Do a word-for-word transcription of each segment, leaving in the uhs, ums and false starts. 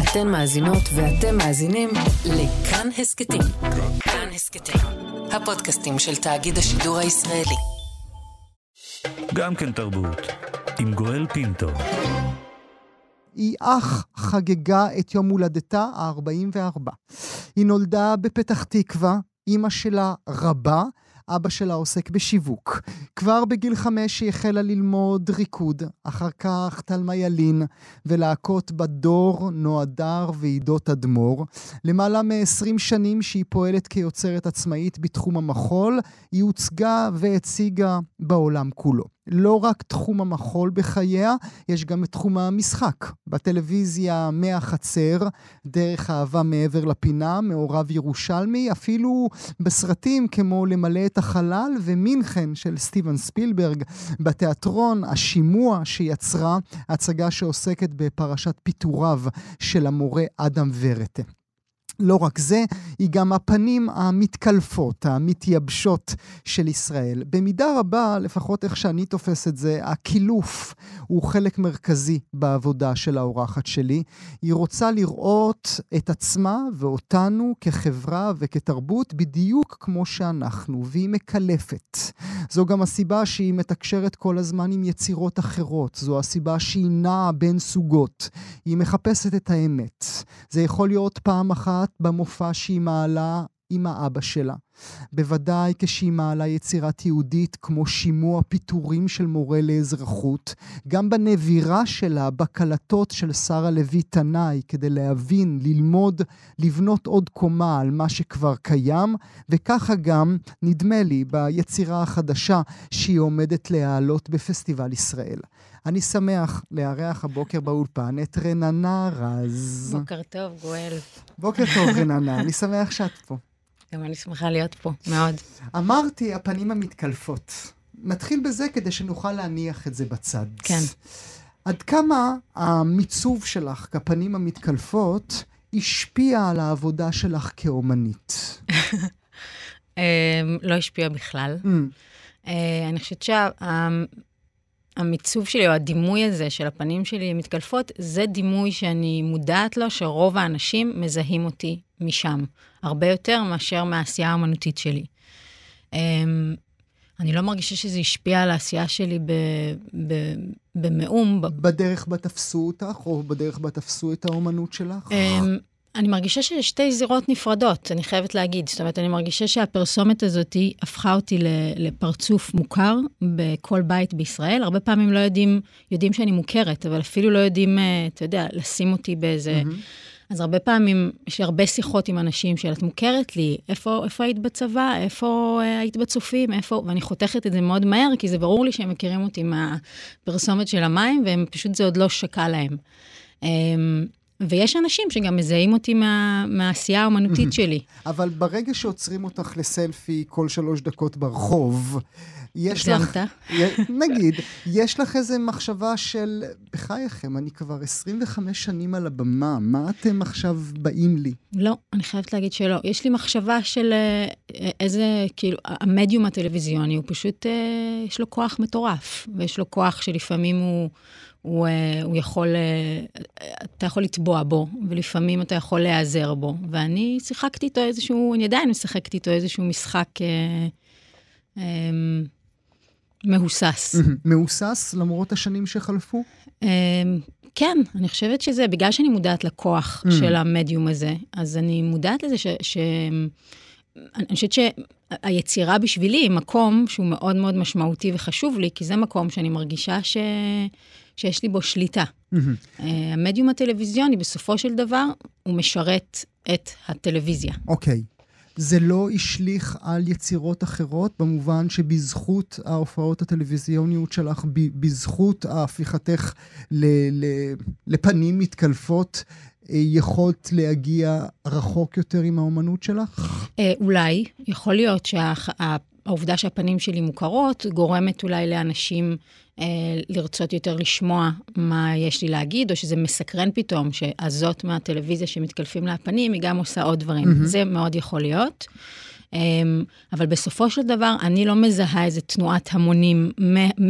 אתן מאזינות ואתם מאזינים לכאן הסקטים. כאן הסקטים, הפודקאסטים של תאגיד השידור הישראלי. גם כן תרבות, עם גואל פינטו. היא אך חגגה את יום הולדתה ה-ארבעים וארבע. היא נולדה בפתח תקווה, אמא שלה רבה, אבא שלה עוסק בשיווק. כבר בגיל חמש היא החלה ללמוד ריקוד, אחר כך תלמה ילין, ולהקות בדור, נועדר ועידות אדמור. למעלה מ-עשרים שנים שהיא פועלת כיוצרת עצמאית בתחום המחול, היא הוצגה והציגה בעולם כולו. לא רק תחום המחול בחייה, יש גם את תחום המשחק. בטלוויזיה מהחצר, דרך אהבה מעבר לפינה, מעורב ירושלמי, אפילו בסרטים כמו למלא את החלל ומינכן של סטיבן ספילברג, בתיאטרון השימוע שיצרה, הצגה שעוסקת בפרשת פיטוריו של המורה אדם ורטה. לא רק זה, היא גם הפנים המתקלפות, המתייבשות של ישראל. במידה רבה, לפחות איך שאני תופס את זה, הקילוף הוא חלק מרכזי בעבודה של האורחת שלי. היא רוצה לראות את עצמה ואותנו כחברה וכתרבות בדיוק כמו שאנחנו, והיא מקלפת. זו גם הסיבה שהיא מתקשרת כל הזמן עם יצירות אחרות. זו הסיבה שהיא נעה בין סוגות. היא מחפשת את האמת. זה יכול להיות פעם אחת במופע שהיא מעלה עם האבא שלה. בוודאי כשהיא מעלה יצירת יהודית כמו שימוע פיטורים של מורה לאזרחות, גם בנבירה שלה, בקלטות של שרה לוי תנאי, כדי להבין, ללמוד, לבנות עוד קומה על מה שכבר קיים, וככה גם, נדמה לי, ביצירה החדשה שהיא עומדת להעלות בפסטיבל ישראל. אני שמח לארח הבוקר באולפן את רננה רז. בוקר טוב, גואל. בוקר טוב, רננה. אני שמח שאת פה. גם אני שמחה להיות פה, מאוד. אמרתי, הפנים המתקלפות. נתחיל בזה כדי שנוכל להניח את זה בצד. כן. עד כמה המיצוב שלך, כפנים המתקלפות, השפיע על העבודה שלך כאומנית? לא השפיע בכלל. אני חושבת שה... המיצוב שלי, או הדימוי הזה של הפנים שלי מתקלפות, זה דימוי שאני מודעת לו, שרוב האנשים מזהים אותי משם. הרבה יותר מאשר מהעשייה האמנותית שלי. אני לא מרגישה שזה השפיע על העשייה שלי במאום. בדרך בה תפסו אותך, או בדרך בה תפסו את האמנות שלך? אני מרגישה שיש שתי זירות נפרדות, אני חייבת להגיד. זאת אומרת, אני מרגישה שהפרסומת הזאת הפכה אותי לפרצוף מוכר בכל בית בישראל. הרבה פעמים לא יודעים, יודעים שאני מוכרת, אבל אפילו לא יודעים, אתה יודע, לשים אותי באיזה... אז הרבה פעמים יש הרבה שיחות עם אנשים של את מוכרת לי, איפה, איפה היית בצבא, איפה היית בצופים, איפה... ואני חותכת את זה מאוד מהר, כי זה ברור לי שהם מכירים אותי מהפרסומת של המים, והם פשוט זה עוד לא שקע להם. ויש אנשים שגם מזהים אותי מה, מהעשייה האמנותית שלי. אבל ברגע שעוצרים אותך לסלפי כל שלוש דקות ברחוב, יש לך, נגיד, יש לך איזה מחשבה של, בחייכם, אני כבר עשרים וחמש שנים על הבמה, מה אתם עכשיו באים לי? לא, אני חייבת להגיד שלא. יש לי מחשבה של איזה, כאילו, המדיום הטלוויזיוני, הוא פשוט, יש לו כוח מטורף, ויש לו כוח שלפעמים הוא... הוא, הוא יכול, אתה יכול לטבוע בו, ולפעמים אתה יכול להיעזר בו. ואני שיחקתי איתו איזשהו, אני עדיין משחקת איתו איזשהו משחק אה, אה, מהוסס. מהוסס למרות השנים שחלפו? אה, כן, אני חושבת שזה, בגלל שאני מודעת לכוח של המדיום הזה, אז אני מודעת לזה ש... ש אני חושבת שהיצירה בשבילי היא מקום שהוא מאוד מאוד משמעותי וחשוב לי, כי זה מקום שאני מרגישה ש... שיש לי בו שליטה. Mm-hmm. המדיום הטלוויזיוני, בסופו של דבר, הוא משרת את הטלוויזיה. אוקיי. Okay. זה לא השליך על יצירות אחרות, במובן שבזכות ההופעות הטלוויזיוניות שלך, בזכות ההפיכתך ל- ל- לפנים מתקלפות, יכולת להגיע רחוק יותר עם האומנות שלך? אולי. יכול להיות שהעובדה שהפנים שלי מוכרות, גורמת אולי לאנשים לרצות יותר לשמוע מה יש לי להגיד, או שזה מסקרן פתאום, שהזאת מהטלוויזיה שמתקלפים להפנים, היא גם עושה עוד דברים. Mm-hmm. זה מאוד יכול להיות. אבל בסופו של דבר, אני לא מזהה איזו תנועת המונים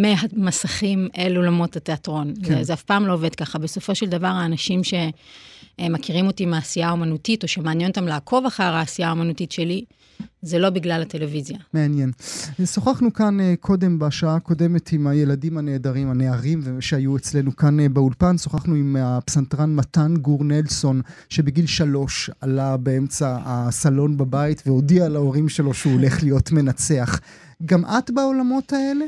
מהמסכים אל אולמות התיאטרון. כן. זה, זה אף פעם לא עובד ככה. בסופו של דבר, האנשים ש... מכירים אותי מהעשייה האומנותית, או שמעניין אותם לעקוב אחר העשייה האומנותית שלי, זה לא בגלל הטלוויזיה. מעניין. שוחחנו כאן קודם, בשעה הקודמת, עם הילדים הנהדרים, הנערים, שהיו אצלנו כאן באולפן. שוחחנו עם הפסנתרן מתן גור נלסון, שבגיל שלוש עלה באמצע הסלון בבית, והודיע להורים שלו שהוא הולך להיות מנצח. גם את בעולמות האלה?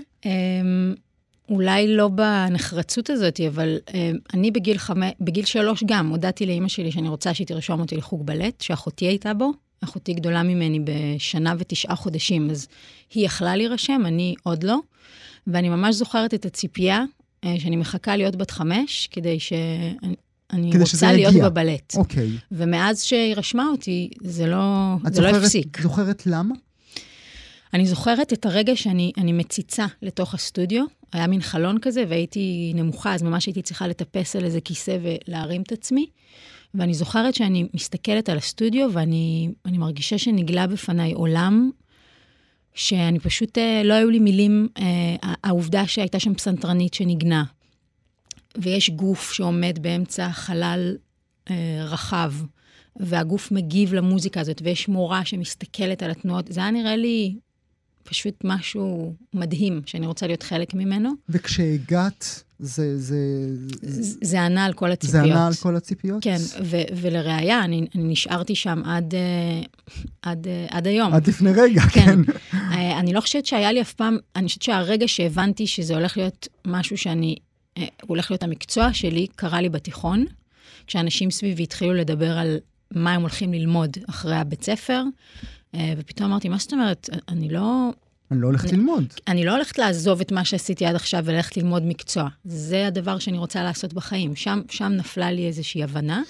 אולי לא בנחרצות הזאת, אבל אני בגיל חמש, בגיל שלוש גם, הודעתי לאמא שלי שאני רוצה שהיא תרשום אותי לחוג בלט, שאחותי הייתה בו. אחותי גדולה ממני בשנה ותשעה חודשים, אז היא יכלה להירשם, אני עוד לא, ואני ממש זוכרת את הציפייה, שאני מחכה להיות בת חמש, כדי שאני רוצה להיות בבלט. אוקיי. ומאז שהיא רשמה אותי, זה לא, זה לא הפסיק. את זוכרת למה? אני זוכרת את הרגע שאני אני מציצה לתוך הסטודיו, היה מין חלון כזה, והייתי נמוכה, אז ממש הייתי צריכה לטפס על איזה כיסא ולהרים את עצמי, ואני זוכרת שאני מסתכלת על הסטודיו, ואני אני מרגישה שנגלה בפניי עולם, שאני פשוט, לא היו לי מילים, העובדה שהייתה שם פסנתרנית שנגנה, ויש גוף שעומד באמצע חלל רחב, והגוף מגיב למוזיקה הזאת, ויש מורה שמסתכלת על התנועות, זה היה נראה לי פשוט משהו מדהים, שאני רוצה להיות חלק ממנו. וכשהגעת, זה... זה, זה, זה ענה על כל הציפיות. זה ענה על כל הציפיות? כן, ו, ולראיה, אני, אני נשארתי שם עד, עד, עד היום. עד לפני רגע, כן. כן. אני לא חושבת שהיה לי אף פעם, אני חושבת שהרגע שהבנתי שזה הולך להיות משהו שאני, הולך להיות המקצוע שלי, קרה לי בתיכון, כשאנשים סביבי התחילו לדבר על מה הם הולכים ללמוד אחרי הבית ספר, ופתאום אמרתי, מה זאת אומרת? אני לא... אני לא הולכת ללמוד. אני לא הולכת לעזוב את מה שעשיתי עד עכשיו וללכת ללמוד מקצוע. זה הדבר שאני רוצה לעשות בחיים. שם, שם נפלה לי איזושהי הבנה.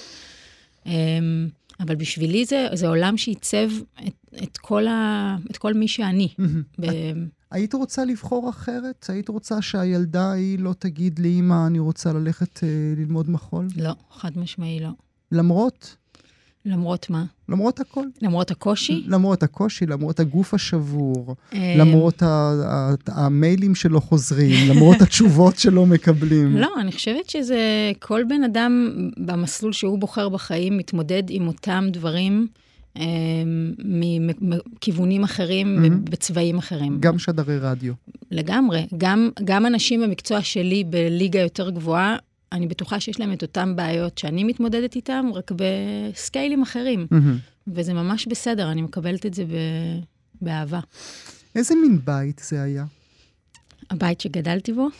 אבל בשבילי זה, זה עולם שייצב את, את כל ה, את כל מי שאני. ב... היית רוצה לבחור אחרת? היית רוצה שהילדה היא לא תגיד לאמא, אני רוצה ללכת ללמוד מחול? לא, חד משמעי לא. למרות? למרות מה? למרות הכל. למרות הקושי? למרות הקושי, למרות הגוף השבור, למרות המיילים שלא חוזרים, למרות התשובות שלא מקבלים. לא, אני חושבת שזה כל בן אדם במסלול שהוא בוחר בחיים מתמודד עם אותם דברים מכיוונים אחרים ובצבעים אחרים. גם שדרי רדיו. לגמרי. גם, גם אנשים במקצוע שלי בליגה יותר גבוהה, אני בטוחה שיש להם את אותם בעיות שאני מתמודדת איתם, רק בסקיילים אחרים. Mm-hmm. וזה ממש בסדר, אני מקבלת את זה ב- באהבה. איזה מין בית זה היה? הבית שגדלתי בו.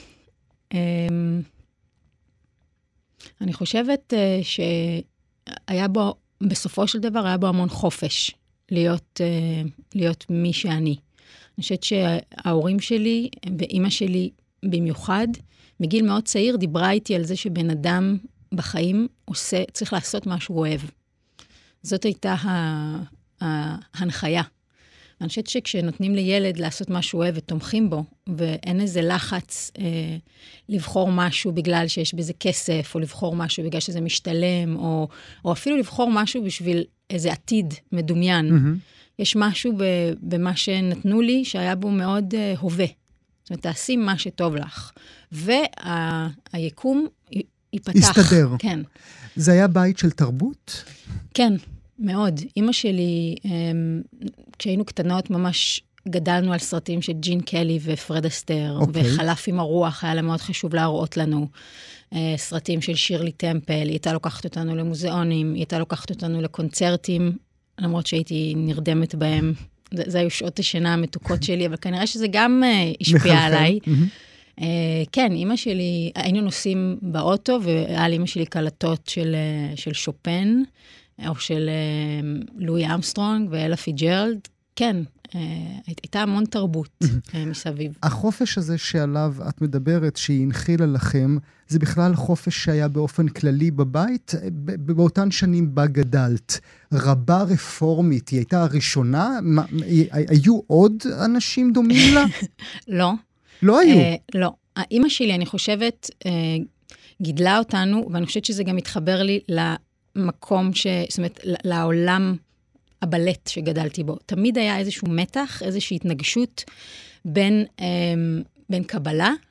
אני חושבת שהיה בו, בסופו של דבר, היה בו המון חופש להיות, להיות מי שאני. אני חושבת שההורים שלי ואמא שלי במיוחד, מגיל מאוד צעיר דיברה איתי על זה שבן אדם בחיים עושה, צריך לעשות מה שהוא אוהב. זאת הייתה ההנחיה. אני חושבת שכשנותנים לילד לעשות מה שהוא אוהב ותומכים בו, ואין איזה לחץ אה, לבחור משהו בגלל שיש בזה כסף, או לבחור משהו בגלל שזה משתלם, או, או אפילו לבחור משהו בשביל איזה עתיד מדומיין. Mm-hmm. יש משהו במה שנתנו לי שהיה בו מאוד אה, הווה. זאת אומרת, תעשי מה שטוב לך. והיקום ייפתח. יסתדר. כן. זה היה בית של תרבות? כן, מאוד. אמא שלי, כשהיינו קטנות, ממש גדלנו על סרטים של ג'ין קלי ופרד אסטר, okay. וחלף עם הרוח, היה לה מאוד חשוב להראות לנו. סרטים של שירלי טמפל, היא הייתה לוקחת אותנו למוזיאונים, היא הייתה לוקחת אותנו לקונצרטים, למרות שהייתי נרדמת בהם. זה, זה היו שעות השינה המתוקות שלי, אבל כנראה שזה גם השפיע עליי. Uh, כן, אמא שלי, היינו נוסעים באוטו, והיה לי אמא שלי קלטות של, של שופן, או של uh, לואי אמסטרונג ואלה פיג'רלד. כן, uh, הייתה המון תרבות uh, מסביב. החופש הזה שעליו את מדברת, שהיא הנחילה לכם, זה בכלל חופש שהיה באופן כללי בבית, באותן שנים בה גדלת. רבה רפורמית, היא הייתה הראשונה? מה, היו עוד אנשים דומים לה? לא. לא היו? Uh, לא. האמא שלי, אני חושבת, uh, גידלה אותנו, ואני חושבת שזה גם מתחבר לי למקום, ש... זאת אומרת, לעולם הבלט שגדלתי בו. תמיד היה איזשהו מתח, איזושהי התנגשות בין, um, בין קבלה,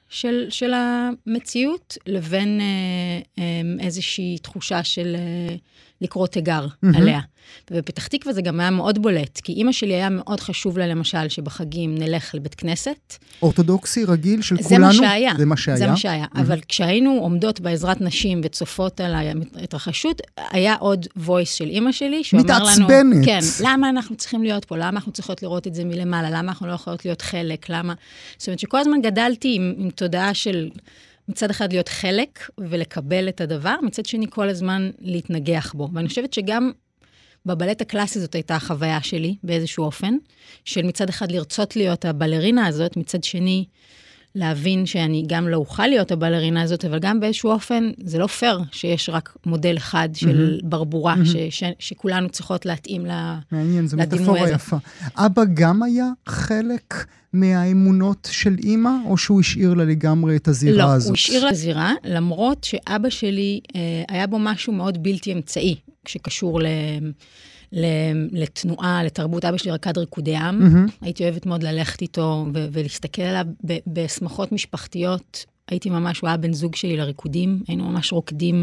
של, של המציאות, לבין אה, אה, איזושהי תחושה של אה, לקרוא תיגר mm-hmm. עליה. ובפתח תקווה זה גם היה מאוד בולט, כי אמא שלי היה מאוד חשוב לה, למשל, שבחגים נלך לבית כנסת. אורתודוקסי רגיל של זה כולנו? מה שהיה. זה מה שהיה. זה מה שהיה. Mm-hmm. אבל כשהיינו עומדות בעזרת נשים וצופות על ההתרחשות, היה עוד voice של אמא שלי, שהוא אמר לנו, מתעצבנת. כן, למה אנחנו צריכים להיות פה? למה אנחנו צריכות לראות את זה מלמעלה? למה אנחנו לא יכולות להיות חלק? למה? זאת אומרת שכל הזמן גדלתי עם, עם תודעה של מצד אחד להיות חלק ולקבל את הדבר, מצד שני כל הזמן להתנגח בו. ואני חושבת שגם בבלט הקלאסי זאת הייתה החוויה שלי באיזשהו אופן, של מצד אחד לרצות להיות הבלרינה הזאת, מצד שני להבין שאני גם לא אוכל להיות הבלרינה הזאת, אבל גם באיזשהו אופן זה לא פייר שיש רק מודל אחד של mm-hmm. ברבורה, mm-hmm. ש- ש- שכולנו צריכות להתאים לדימוי הזה. מעניין, זו מטאפורה יפה. אבא גם היה חלק מהאמונות של אמא, או שהוא השאיר לה לגמרי את הזירה לא, הזאת? לא, הוא השאיר לה זירה, למרות שאבא שלי אה, היה בו משהו מאוד בלתי אמצעי, שקשור ל... לתנועה, לתרבות. אבא שלי רקד ריקודי עם, mm-hmm. הייתי אוהבת מאוד ללכת איתו ו- ולהסתכל עליו בשמחות משפחתיות. הייתי ממש, הוא היה בן זוג שלי לריקודים, היינו ממש רוקדים.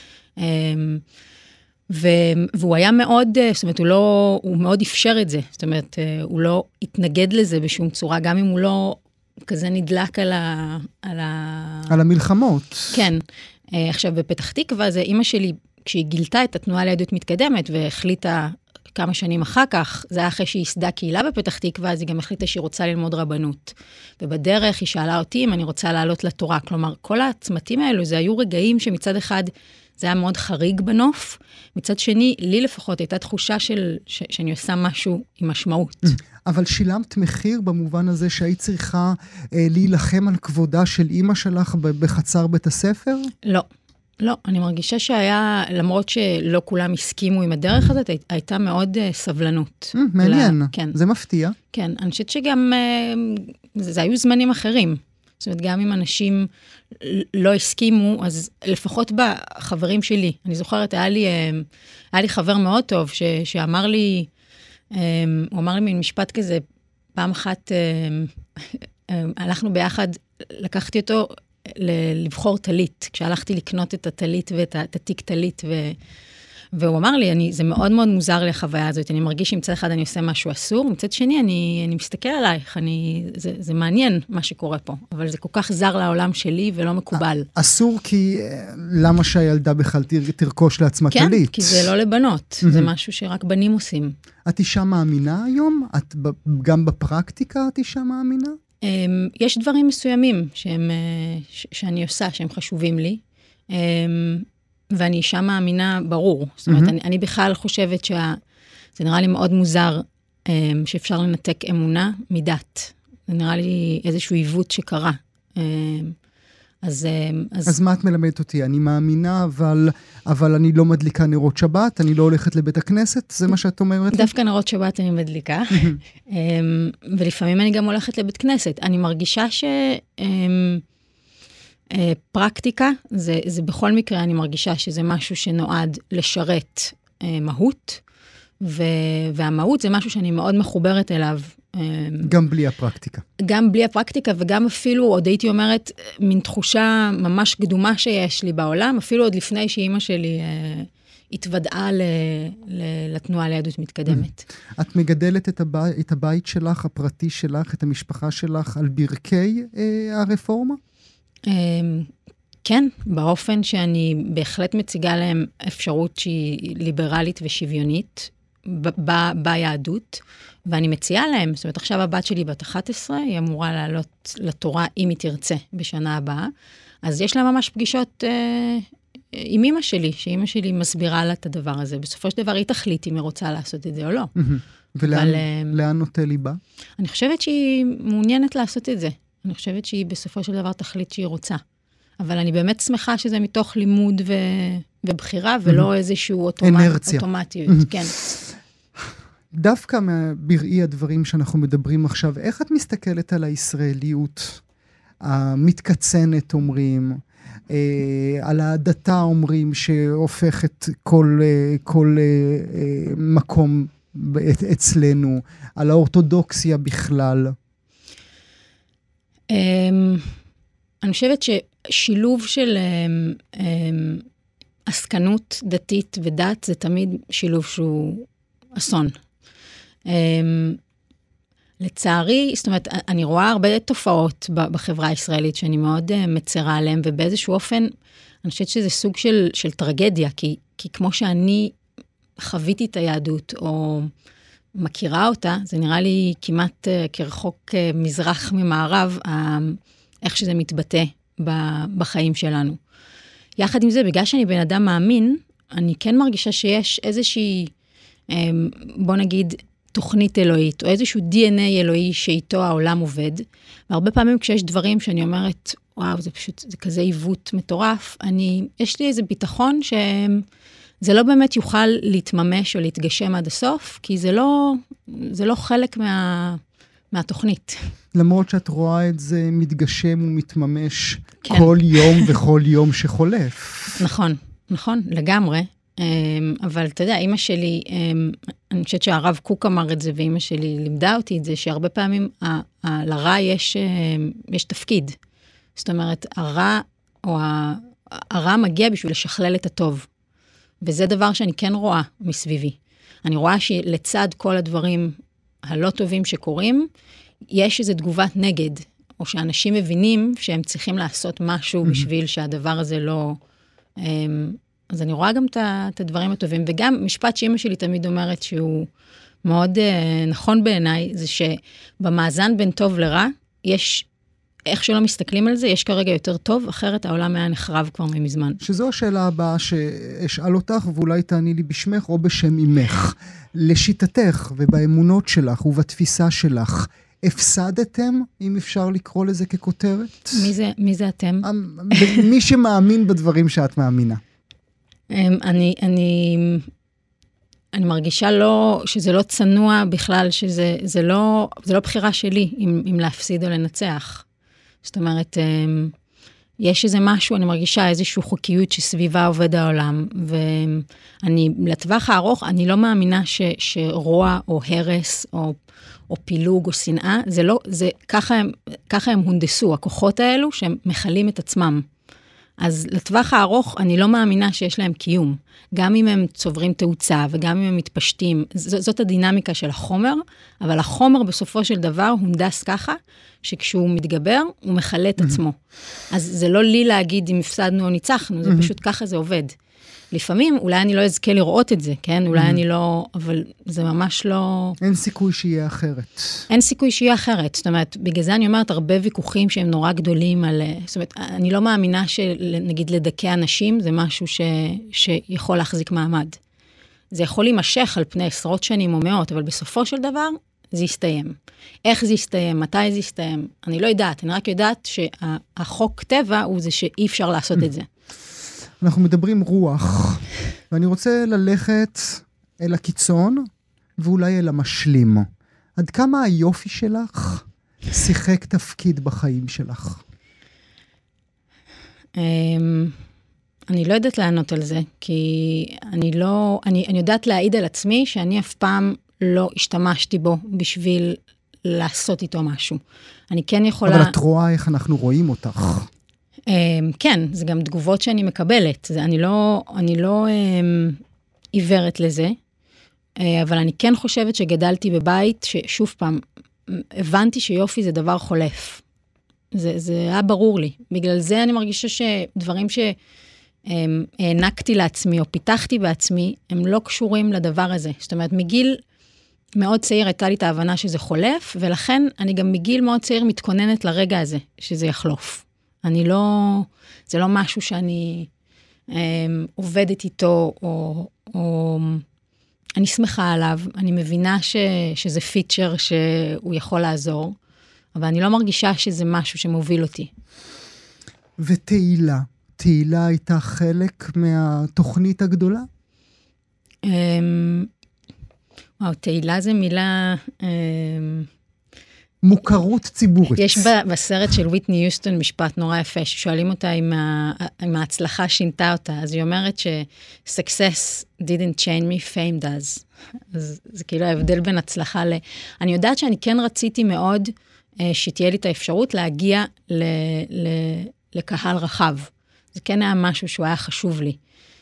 ו- והוא היה מאוד, זאת אומרת, הוא, לא, הוא מאוד אפשר את זה. זאת אומרת, הוא לא התנגד לזה בשום צורה, גם אם הוא לא כזה נדלק על ה... על, ה... על המלחמות. כן. עכשיו, בפתח תקווה, זה אמא שלי, כשהיא גילתה את התנועה ליהדות מתקדמת, והחליטה כמה שנים אחר כך, זה היה אחרי שהיא ייסדה קהילה בפתח תקווה, אז היא גם החליטה שהיא רוצה ללמוד רבנות. ובדרך היא שאלה אותי אם אני רוצה לעלות לתורה. כלומר, כל הצמתים האלו, זה היו רגעים שמצד אחד, זה היה מאוד חריג בנוף, מצד שני, לי לפחות הייתה תחושה של, ש, שאני עושה משהו עם משמעות. אבל שילמת מחיר במובן הזה שהיית צריכה אה, להילחם על כבודה של אמא שלך בחצר בית הספר? לא. לא, אני מרגישה שהיה, למרות שלא כולם הסכימו עם הדרך הזאת, הייתה מאוד uh, סבלנות. Mm, מעניין, לה, כן. זה מפתיע. כן, אני חושבת שגם, uh, זה, זה היו זמנים אחרים. זאת אומרת, גם אם אנשים לא הסכימו, אז לפחות בחברים שלי, אני זוכרת, היה לי, uh, היה לי חבר מאוד טוב, ש, שאמר לי, um, הוא אמר לי מין משפט כזה, פעם אחת, uh, uh, הלכנו ביחד, לקחתי אותו, לבחור תלית, כשהלכתי לקנות את התלית ואת התיק תלית, ו... והוא אמר לי, אני, זה מאוד מאוד מוזר לי החוויה הזאת, אני מרגיש שמצד אחד אני עושה משהו אסור, מצד שני אני, אני מסתכל עלייך, אני, זה, זה מעניין מה שקורה פה, אבל זה כל כך זר לעולם שלי ולא מקובל. אסור כי למה שהילדה בכלל תרכוש לעצמה כן, תלית? כי זה לא לבנות, זה משהו שרק בנים עושים. את אישה מאמינה היום? את גם בפרקטיקה את אישה מאמינה? יש דברים מסוימים שהם, ש, שאני עושה, שהם חשובים לי, ואני אישה מאמינה ברור. זאת אומרת, אני, אני בכלל חושבת שזה נראה לי מאוד מוזר, שאפשר לנתק אמונה מדת. זה נראה לי איזשהו עיוות שקרה. אז, אז... אז מה את מלמדת אותי? אני מאמינה, אבל, אבל אני לא מדליקה נרות שבת, אני לא הולכת לבית הכנסת, זה מה שאת אומרת? דווקא נרות שבת אני מדליקה, ולפעמים אני גם הולכת לבית כנסת. אני מרגישה שפרקטיקה, זה, זה בכל מקרה אני מרגישה שזה משהו שנועד לשרת מהות, והמהות זה משהו שאני מאוד מחוברת אליו, גם בלי הפרקטיקה. גם בלי הפרקטיקה, וגם אפילו, עוד הייתי אומרת, מין תחושה ממש קדומה שיש לי בעולם, אפילו עוד לפני שאימא שלי אה, התוודעה ל, ל, לתנועה ליהדות מתקדמת. את מגדלת את, הבית, את הבית שלך, הפרטי שלך, את המשפחה שלך, על ברכי אה, הרפורמה? אה, כן, באופן שאני בהחלט מציגה להם אפשרות שהיא ליברלית ושוויונית, ב- ב- ביהדות, ואני מציעה להם, זאת אומרת, עכשיו הבת שלי בת אחת עשרה, היא אמורה לעלות לתורה אם היא תרצה בשנה הבאה, אז יש לה ממש פגישות אה, עם אמא שלי, שאמא שלי מסבירה לה את הדבר הזה. בסופו של דבר היא תחליט אם היא רוצה לעשות את זה או לא. ולאן אבל, לאן נוטה ליבה? אני חושבת שהיא מעוניינת לעשות את זה. אני חושבת שהיא בסופו של דבר תחליט שהיא רוצה. אבל אני באמת שמחה שזה מתוך לימוד ו... ובחירה, ולא איזשהו אוטומט... אוטומטיות. כן. דווקא בראי הדברים שאנחנו מדברים עכשיו, איך את מסתכלת על הישראליות המתקצנת, אומרים, על ההדתה, אומרים, שהופכת כל, כל מקום אצלנו, על האורתודוקסיה בכלל? אני חושבת ששילוב של עסקנות דתית ודת, זה תמיד שילוב שהוא אסון. לצערי, זאת אומרת, אני רואה הרבה תופעות בחברה הישראלית, שאני מאוד מצרה עליהן, ובאיזשהו אופן, אני חושבת שזה סוג של, של טרגדיה, כי, כי כמו שאני חוויתי את היהדות, או מכירה אותה, זה נראה לי כמעט כרחוק מזרח ממערב, איך שזה מתבטא בחיים שלנו. יחד עם זה, בגלל שאני בן אדם מאמין, אני כן מרגישה שיש איזושהי, בוא נגיד, תוכנית אלוהית, או איזשהו די אן איי אלוהי שאיתו העולם עובד. והרבה פעמים כשיש דברים שאני אומרת, וואו, זה פשוט, זה כזה עיוות מטורף, אני, יש לי איזה ביטחון שזה לא באמת יוכל להתממש או להתגשם עד הסוף, כי זה לא, זה לא חלק מה, מהתוכנית. למרות שאת רואה את זה מתגשם ומתממש כן. כל יום וכל יום שחולף. נכון, נכון, לגמרי. אבל אתה יודע, אמא שלי, אני חושבת שהרב קוק אמר את זה, ואמא שלי לימדה אותי את זה, שהרבה פעמים לרע יש, יש תפקיד. זאת אומרת, הרע, או הרע מגיע בשביל לשכלל את הטוב. וזה דבר שאני כן רואה מסביבי. אני רואה שלצד כל הדברים הלא טובים שקורים, יש איזו תגובת נגד, או שאנשים מבינים שהם צריכים לעשות משהו בשביל שהדבר הזה לא... אז אני רואה גם את הדברים הטובים, וגם משפט שאמא שלי תמיד אומרת שהוא מאוד נכון בעיניי, זה שבמאזן בין טוב לרע, יש, איך שלא מסתכלים על זה, יש כרגע יותר טוב, אחרת העולם היה נחרב כבר ממזמן. שזו השאלה הבאה שאשאל אותך, ואולי תעני לי בשמך או בשם אמך. לשיטתך ובאמונות שלך ובתפיסה שלך, הפסדתם, אם אפשר לקרוא לזה ככותרת? מי זה, מי זה אתם? מי שמאמין בדברים שאת מאמינה. אני, אני, אני מרגישה לא, שזה לא צנוע בכלל, שזה, זה לא, זה לא בחירה שלי, אם, אם להפסיד או לנצח. זאת אומרת, יש איזה משהו, אני מרגישה איזושהי חוקיות שסביבה עובד העולם, ואני, לטווח הארוך, אני לא מאמינה ש, שרוע או הרס או, או פילוג או שנאה, זה לא, זה, ככה הם, ככה הם הונדסו, הכוחות האלו שהם מחלים את עצמם. אז לטווח הארוך אני לא מאמינה שיש להם קיום, גם אם הם צוברים תאוצה וגם אם הם מתפשטים, ז- זאת הדינמיקה של החומר, אבל החומר בסופו של דבר הונדס ככה, שכשהוא מתגבר הוא מחלה את עצמו. אז זה לא לי להגיד אם הפסדנו או ניצחנו, זה פשוט ככה זה עובד. לפעמים אולי אני לא אזכה לראות את זה, כן? אולי אני לא, אבל זה ממש לא... אין סיכוי שיהיה אחרת. אין סיכוי שיהיה אחרת. זאת אומרת, בגלל זה אני אומרת, הרבה ויכוחים שהם נורא גדולים על... זאת אומרת, אני לא מאמינה שנגיד לדכא אנשים, זה משהו ש... שיכול להחזיק מעמד. זה יכול להימשך על פני עשרות שנים או מאות, אבל בסופו של דבר זה יסתיים. איך זה יסתיים? מתי זה יסתיים? אני לא יודעת. אני רק יודעת שהחוק טבע הוא זה שאי אפשר לעשות את זה. אנחנו מדברים רוח, ואני רוצה ללכת אל הקיצון, ואולי אל המשלים. עד כמה היופי שלך שיחק תפקיד בחיים שלך? אני לא יודעת לענות על זה, כי אני לא, אני, אני יודעת להעיד על עצמי, שאני אף פעם לא השתמשתי בו בשביל לעשות איתו משהו. אני כן יכולה... אבל את רואה איך אנחנו רואים אותך. כן, זה גם תגובות שאני מקבלת, זה, אני לא, אני לא עיוורת לזה, אבל אני כן חושבת שגדלתי בבית, ששוב פעם, הבנתי שיופי זה דבר חולף. זה, זה היה ברור לי. בגלל זה אני מרגישה שדברים שהענקתי לעצמי, או פיתחתי בעצמי, הם לא קשורים לדבר הזה. זאת אומרת, מגיל מאוד צעיר הייתה לי את ההבנה שזה חולף, ולכן אני גם מגיל מאוד צעיר מתכוננת לרגע הזה, שזה יחלוף. אני לא, זה לא משהו שאני אה, עובדת איתו, או, או אני שמחה עליו, אני מבינה ש, שזה פיצ'ר שהוא יכול לעזור, אבל אני לא מרגישה שזה משהו שמוביל אותי. ותהילה, תהילה הייתה חלק מהתוכנית הגדולה? אה, וואו, תהילה זה מילה... אה, מוכרות ציבורית. יש בסרט של ויטני יוסטון משפט נורא יפה, ששואלים אותה אם, ה, אם ההצלחה שינתה אותה, אז היא אומרת ש-success didn't change me, fame does. אז זה כאילו ההבדל בין הצלחה ל... אני יודעת שאני כן רציתי מאוד שתהיה לי את האפשרות להגיע ל, ל, לקהל רחב. זה כן היה משהו שהוא היה חשוב לי.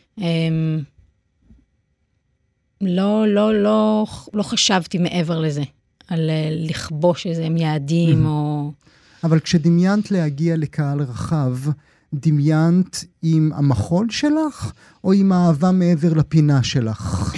לא, לא, לא, לא חשבתי מעבר לזה, על לכבוש איזה יעדים או... אבל כשדמיינת להגיע לקהל רחב, דמיינת עם המחול שלך, או עם האהבה מעבר לפינה שלך?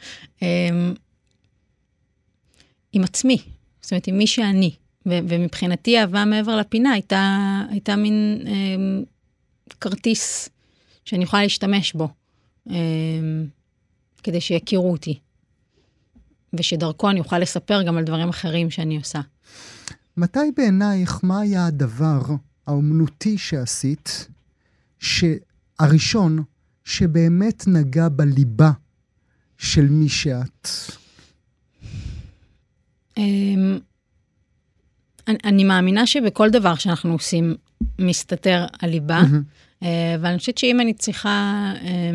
עם עצמי, זאת אומרת, עם מי שאני. ומבחינתי אהבה מעבר לפינה הייתה, הייתה מין אה, כרטיס שאני יכולה להשתמש בו, אה, כדי שיכירו אותי. ושדרכו אני אוכל לספר גם על דברים אחרים שאני עושה. מתי בעינייך, מה היה הדבר האומנותי שעשית, שהראשון שבאמת נגע בליבה של מי שאת? אני, אני מאמינה שבכל דבר שאנחנו עושים מסתתר הליבה, mm-hmm. ואני חושבת שאם אני צריכה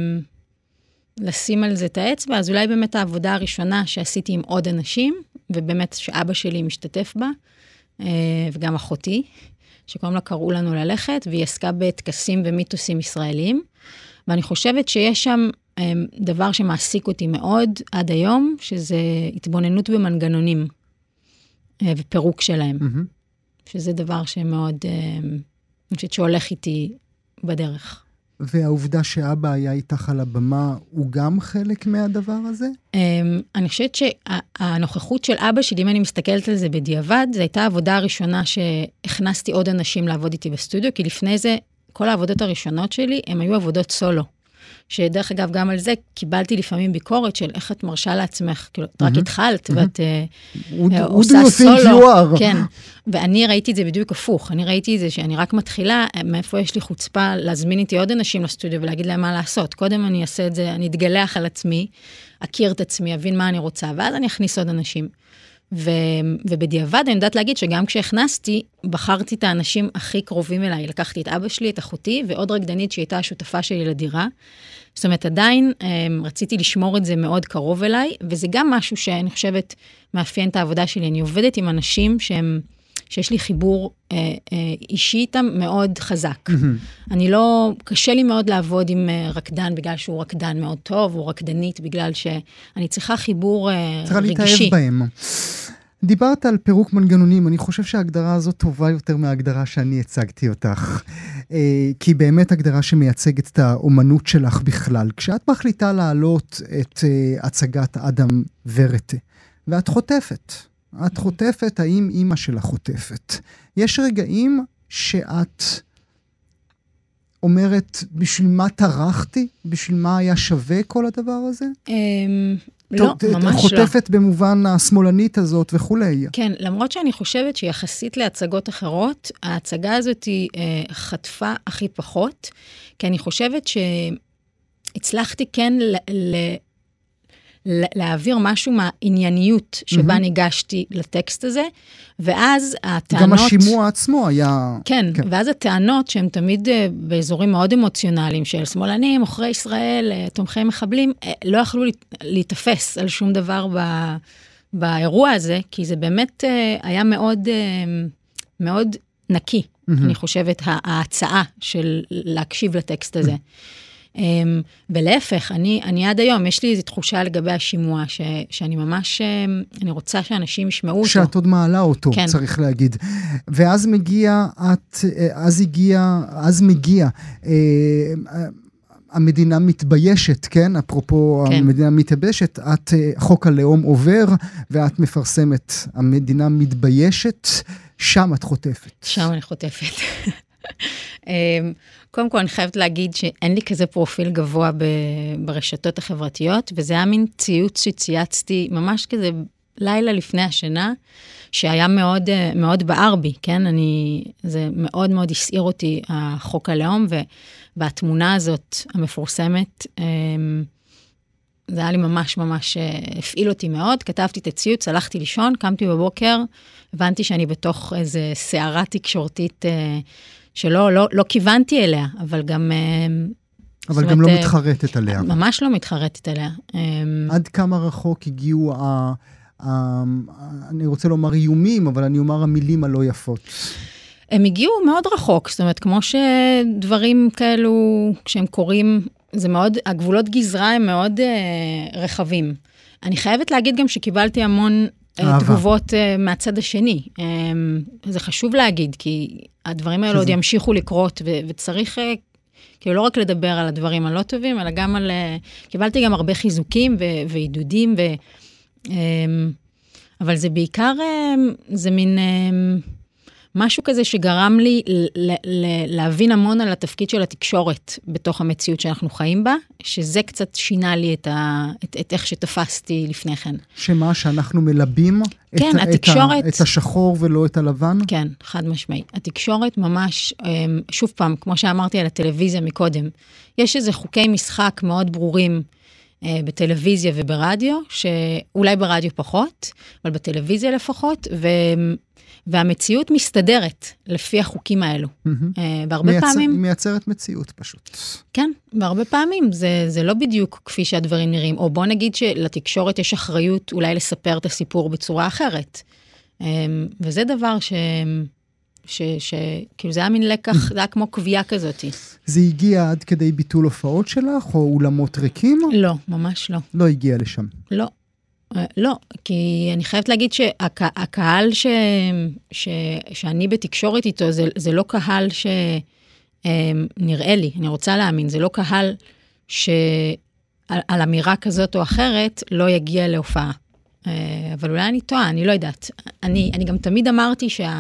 לשים על זה את האצבע, אז אולי באמת העבודה הראשונה שעשיתי עם עוד אנשים, ובאמת שאבא שלי משתתף בה, וגם אחותי, שקוראים לה קראו לנו ללכת, והיא עסקה בטקסים ומיתוסים ישראלים, ואני חושבת שיש שם דבר שמעסיק אותי מאוד עד היום, שזה התבוננות במנגנונים, ופירוק שלהם, mm-hmm. שזה דבר שמאוד, אני חושבת שהולך איתי בדרך. והעובדה שאבא היה איתך על הבמה, הוא גם חלק מהדבר הזה? אני חושבת שהנוכחות של אבא שלי, אם אני מסתכלת על זה בדיעבד, זו הייתה העבודה הראשונה שהכנסתי עוד אנשים לעבוד איתי בסטודיו, כי לפני זה, כל העבודות הראשונות שלי, הן היו עבודות סולו. שדרך אגב, גם על זה קיבלתי לפעמים ביקורת של איך את מרשה לעצמך, כאילו, רק התחלת, ואת עושה סולו. כן, ואני ראיתי את זה בדיוק הפוך, אני ראיתי את זה שאני רק מתחילה, מאיפה יש לי חוצפה להזמין איתי עוד אנשים לסטודיו ולהגיד להם מה לעשות. קודם אני אעשה את זה, אני אתגלח על עצמי, אכיר את עצמי, אבין מה אני רוצה, ואז אני אכניס עוד אנשים. ו, ובדיעבד אני יודעת להגיד שגם כשהכנסתי, בחרתי את האנשים הכי קרובים אליי, לקחתי את אבא שלי, את אחותי, ועוד רקדנית שהייתה השותפה שלי לדירה. זאת אומרת, עדיין רציתי לשמור את זה מאוד קרוב אליי, וזה גם משהו שאני חושבת מאפיין את העבודה שלי. אני עובדת עם אנשים שהם, שיש לי חיבור אה, אה, אישי איתם מאוד חזק. Mm-hmm. אני לא, קשה לי מאוד לעבוד עם רקדן, בגלל שהוא רקדן מאוד טוב, או רקדנית, בגלל שאני צריכה חיבור אה, צריכה רגשי. צריכה להתאהב בהם. דיברת על פירוק מנגנונים, אני חושב שההגדרה הזאת טובה יותר מההגדרה שאני הצגתי אותך, כי באמת הגדרה שמייצגת את האומנות שלך בכלל. כשאת מחליטה להעלות את הצגת אדם ורטה, ואת חוטפת, את חוטפת, האם אימא שלה חוטפת? יש רגעים שאת אומרת, בשביל מה טרחתי? בשביל מה היה שווה כל הדבר הזה? לא, ממש לא. חוטפת במובן השמאלנית הזאת וכולי. כן, למרות שאני חושבת שיחסית להצגות אחרות, ההצגה הזאת היא אה, חטפה הכי פחות, כי אני חושבת שהצלחתי כן ל- ל- ל- להעביר משהו מהענייניות שבה mm-hmm. ניגשתי לטקסט הזה, ואז הטענות... גם השימוע עצמו היה... כן, כן, ואז הטענות שהן תמיד באזורים מאוד אמוציונליים של שמאלנים, מוכרי ישראל, תומכי מחבלים, לא יכלו להתאפס על שום דבר ב, באירוע הזה, כי זה באמת היה מאוד, מאוד נקי, mm-hmm. אני חושבת, ההצעה של להקשיב לטקסט הזה. ולהפך, אני, אני עד היום, יש לי איזו תחושה לגבי השימוע, ש, שאני ממש, אני רוצה שאנשים ישמעו אותו. שאת עוד מעלה אותו, כן. צריך להגיד. ואז מגיע, את, אז הגיע, אז מגיע, המדינה מתביישת, כן? אפרופו כן. המדינה מתביישת, את, חוק הלאום עובר, ואת מפרסמת, המדינה מתביישת, שם את חוטפת. שם אני חוטפת. קודם כל, אני חייבת להגיד שאין לי כזה פרופיל גבוה ברשתות החברתיות, וזה היה מין ציוץ שצייצתי ממש כזה לילה לפני השינה, שהיה מאוד, מאוד בער בי, כן? אני, זה מאוד מאוד הסעיר אותי, החוק הלאום, והתמונה הזאת המפורסמת, זה היה לי ממש ממש, הפעיל אותי מאוד, כתבתי את הציוץ, הלכתי לישון, קמתי בבוקר, הבנתי שאני בתוך איזו סערה תקשורתית, שלא לא, לא כיוונתי אליה, אבל גם... אבל גם אומרת, לא מתחרטת עליה. ממש לא מתחרטת עליה. עד כמה רחוק הגיעו אני רוצה לומר איומים, אבל אני אומר המילים הלא יפות. הם הגיעו מאוד רחוק, זאת אומרת, כמו שדברים כאלו, כשהם קוראים, זה מאוד, הגבולות גזרה הם מאוד אה, רחבים. אני חייבת להגיד גם שקיבלתי המון אה, תגובות אה, מהצד השני. אה, זה חשוב להגיד, כי הדברים האלו עוד ימשיכו לקרות, ו- וצריך, אה, כאילו לא רק לדבר על הדברים הלא טובים, אלא גם על, אה, קיבלתי גם הרבה חיזוקים ו- ועידודים, ו, אה, אבל זה בעיקר, אה, זה מין... אה, משהו כזה שגרם לי ל- ל- להבין המון על התפקיד של התקשורת בתוך המציאות שאנחנו חיים בה, שזה קצת שינה לי את, ה- את, את איך שתפסתי לפני כן. שמה שאנחנו מלבים כן, את, התקשורת, את, ה- את השחור ולא את הלבן? כן, חד משמעי. התקשורת ממש, שוב פעם, כמו שאמרתי על הטלוויזיה מקודם, יש איזה חוקי משחק מאוד ברורים בטלוויזיה וברדיו, שאולי ברדיו פחות, אבל בטלוויזיה לפחות, ו... והמציאות מסתדרת לפי החוקים האלו. והרבה מייצר, פעמים... היא מייצרת מציאות פשוט. כן, והרבה פעמים זה, זה לא בדיוק כפי שהדברים נראים, או בוא נגיד שלתקשורת יש אחריות אולי לספר את הסיפור בצורה אחרת. וזה דבר ש... ש... ש... כאילו זה היה מין לקח, זה היה כמו קביעה כזאת. זה הגיע עד כדי ביטול הופעות שלך, או אולמות ריקים? לא, ממש לא. לא הגיע לשם. לא. לא, כי אני חייבת להגיד שהקהל ש, ש, שאני בתקשורת איתו, זה, זה לא קהל שנראה לי, אני רוצה להאמין, זה לא קהל שעל על אמירה כזאת או אחרת לא יגיע להופעה. אבל אולי אני טועה, אני לא יודעת. אני, אני גם תמיד אמרתי שה...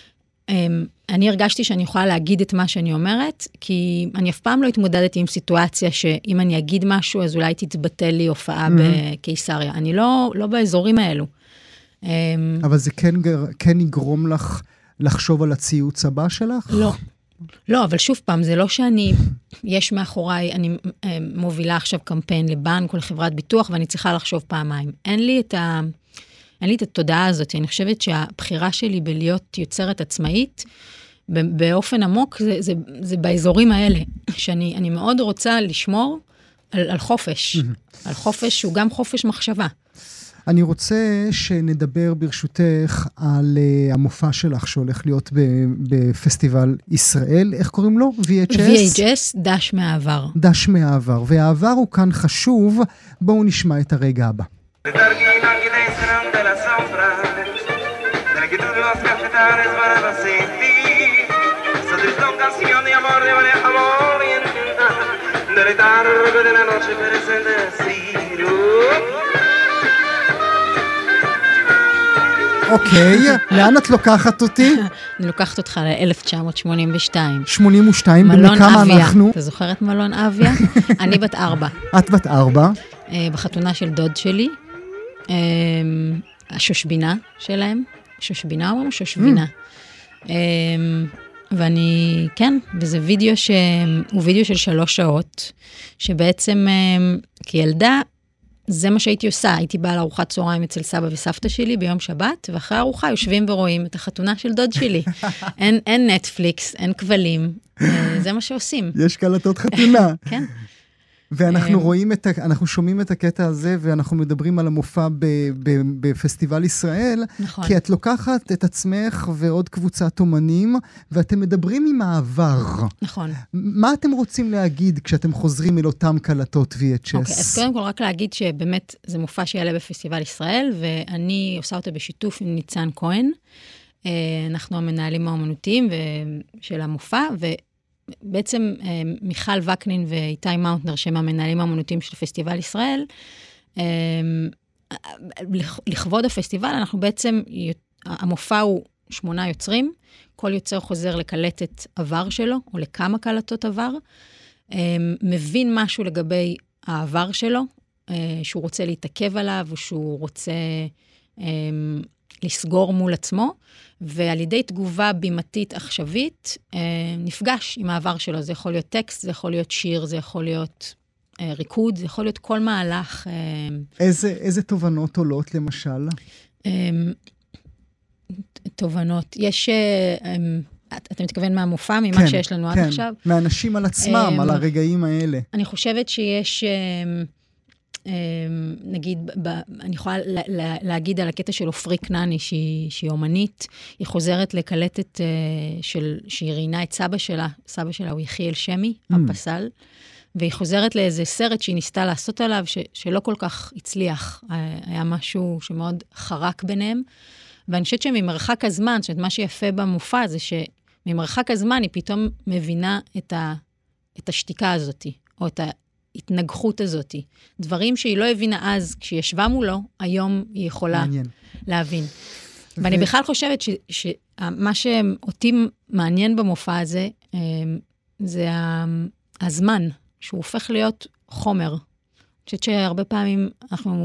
אני הרגשתי שאני יכולה להגיד את מה שאני אומרת, כי אני אף פעם לא התמודדתי עם סיטואציה שאם אני אגיד משהו, אז אולי תתבטל לי הופעה בקיסריה. אני לא, לא באזורים האלו. אבל זה כן, כן יגרום לך לחשוב על הציוץ הבא שלך? לא. לא, אבל שוב פעם, זה לא שאני, יש מאחוריי, אני מובילה עכשיו קמפיין לבנק או לחברת ביטוח, ואני צריכה לחשוב פעמיים. אין לי את ה... אין לי את התודעה הזאת, אני חושבת שהבחירה שלי בלהיות יוצרת עצמאית, באופן עמוק, זה, זה, זה באזורים האלה, שאני אני מאוד רוצה לשמור על, על חופש, על חופש שהוא גם חופש מחשבה. אני רוצה שנדבר ברשותך על uh, המופע שלך שהולך להיות בפסטיבל ישראל, איך קוראים לו? וי אייץ' אס? וי אייץ' אס, דש מהעבר. דש מהעבר, והעבר הוא כאן חשוב, בואו נשמע את הרגע הבא. אוקיי, לאן את לוקחת אותי? אני לוקחת אותך ל-אלף תשע מאות שמונים ושתיים. שמונים ושתיים, בכמה אנחנו? אתה זוכר את מלון אביה? אני בת ארבע. את בת ארבע? בחתונה של דוד שלי, השושבינה שלהם, שושבינה או שושבינה. ואני, כן, וזה וידאו שהוא וידאו של שלוש שעות, שבעצם כילדה, זה מה שהייתי עושה, הייתי באה לארוחת צהריים אצל סבא וסבתא שלי ביום שבת, ואחרי הארוחה יושבים ורואים את החתונה של דוד שלי. אין, אין נטפליקס, אין כבלים, זה מה שעושים. יש קלטות חתונה. כן. ואנחנו רואים את, אנחנו שומעים את הקטע הזה, ואנחנו מדברים על המופע בפסטיבל ישראל, נכון. כי את לוקחת את עצמך ועוד קבוצת אומנים, ואתם מדברים עם העבר. נכון. מה אתם רוצים להגיד כשאתם חוזרים אל אותם קלטות וי אייץ' אס? אוקיי, אז קודם כל רק להגיד שבאמת זה מופע שיעלה בפסטיבל ישראל, ואני עושה אותה בשיתוף עם ניצן כהן. אנחנו המנהלים האומנותיים של המופע, ו... בעצם מיכל וקנין ואיתי מאונטנר, שהם המנהלים האמנותיים של פסטיבל ישראל, לכבוד הפסטיבל, אנחנו בעצם, המופע הוא שמונה יוצרים, כל יוצר חוזר לקלטת עבר שלו, או לכמה קלטות עבר, מבין משהו לגבי העבר שלו, שהוא רוצה להתעכב עליו, או שהוא רוצה לסגור מול עצמו, ועל ידי תגובה בימתית עכשווית, נפגש עם העבר שלו. זה יכול להיות טקסט, זה יכול להיות שיר, זה יכול להיות ריקוד, זה יכול להיות כל מהלך. איזה, איזה תובנות עולות, למשל? תובנות. יש, אתה מתכוון מהמופע, ממה כן, שיש לנו כן. עד עכשיו? מהאנשים על עצמם, על הרגעים האלה. אני חושבת שיש... נגיד, אני יכולה להגיד על הקטע של אופרי כנעני, שהיא אומנית, היא חוזרת לקלטת שהיא ראיינה את סבא שלה, סבא שלה הוא יחיאל שמי, הפסל, והיא חוזרת לאיזה סרט שהיא ניסתה לעשות עליו, שלא כל כך הצליח, היה משהו שמאוד חרק ביניהם, ואני חושבת שממרחק הזמן, זאת אומרת, מה שיפה במופע זה שממרחק הזמן היא פתאום מבינה את, ה, את השתיקה הזאת, או את ההתנגחות הזאת. דברים שהיא לא הבינה אז, כשהיא ישבה מולו, היום היא יכולה מעניין. להבין. ו... ואני בכלל חושבת ש, שמה שאותי מעניין במופע הזה, זה הזמן, שהוא הופך להיות חומר. אני חושבת שהרבה פעמים אנחנו...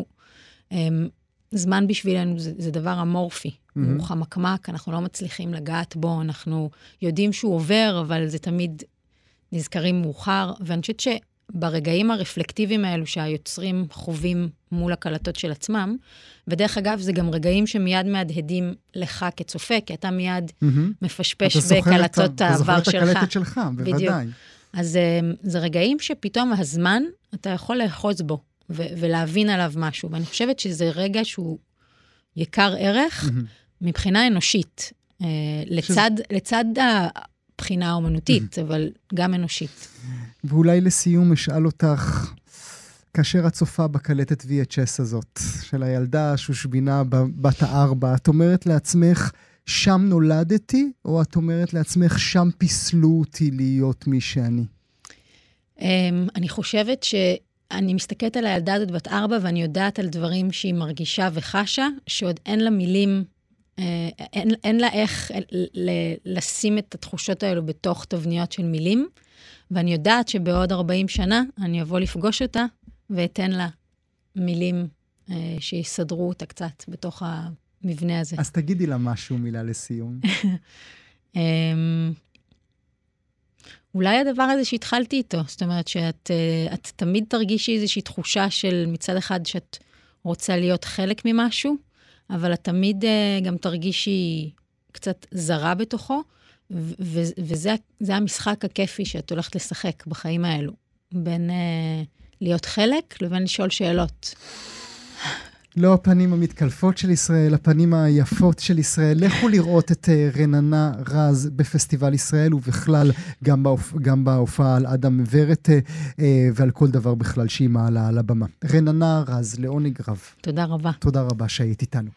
זמן בשבילנו זה, זה דבר אמורפי, mm-hmm. הוא חמקמק, אנחנו לא מצליחים לגעת בו, אנחנו יודעים שהוא עובר, אבל זה תמיד נזכרים מאוחר, ואני חושבת שברגעים הרפלקטיביים האלו שהיוצרים חווים מול הקלטות של עצמם, ודרך אגב זה גם רגעים שמיד מהדהדים לך כצופה, כי אתה מיד mm-hmm. מפשפש בקלטות העבר שלך. אתה זוכר את הקלטת שלך, בוודאי. אז זה רגעים שפתאום הזמן אתה יכול לאחוז בו. ו- ולהבין עליו משהו. ואני חושבת שזה רגע שהוא יקר ערך mm-hmm. מבחינה אנושית, אה, לצד, שזה... לצד הבחינה האומנותית, mm-hmm. אבל גם אנושית. ואולי לסיום אשאל אותך, כאשר את צופה בקלטת וי אייץ' אס הזאת, של הילדה השושבינה בת הארבע, את אומרת לעצמך, שם נולדתי, או את אומרת לעצמך, שם פיסלו אותי להיות מי שאני? אני חושבת ש... אני מסתכלת על הילדה הזאת בת ארבע, ואני יודעת על דברים שהיא מרגישה וחשה, שעוד אין לה מילים, אין, אין לה איך לשים את התחושות האלו בתוך תבניות של מילים, ואני יודעת שבעוד ארבעים שנה אני אבוא לפגוש אותה, ואתן לה מילים שיסדרו אותה קצת בתוך המבנה הזה. אז תגידי לה משהו, מילה לסיום. אולי הדבר הזה שהתחלתי איתו, זאת אומרת שאת את תמיד תרגישי איזושהי תחושה של מצד אחד שאת רוצה להיות חלק ממשהו, אבל את תמיד גם תרגישי קצת זרה בתוכו, וזה זה המשחק הכיפי שאת הולכת לשחק בחיים האלו, בין להיות חלק לבין לשאול שאלות. לא הפנים המתקלפות של ישראל, הפנים היפות של ישראל. לכו לראות את רננה רז בפסטיבל ישראל, ובכלל גם, בהופ... גם בהופעה על אדם ורת, ועל כל דבר בכלל שהיא מעלה על הבמה. רננה רז, לעונג רב. תודה רבה. תודה רבה שהיית איתנו.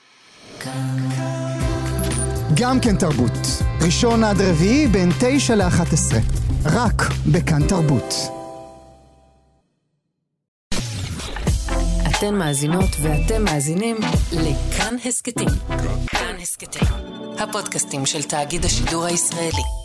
גם כן תרבות. ראשון עד רביעי בין תשע לאחת עשרה. רק בכאן תרבות. אתן מאזינות ואתם מאזינים לכאן הסקטים. כאן הסקטים, הפודקאסטים של תאגיד השידור הישראלי.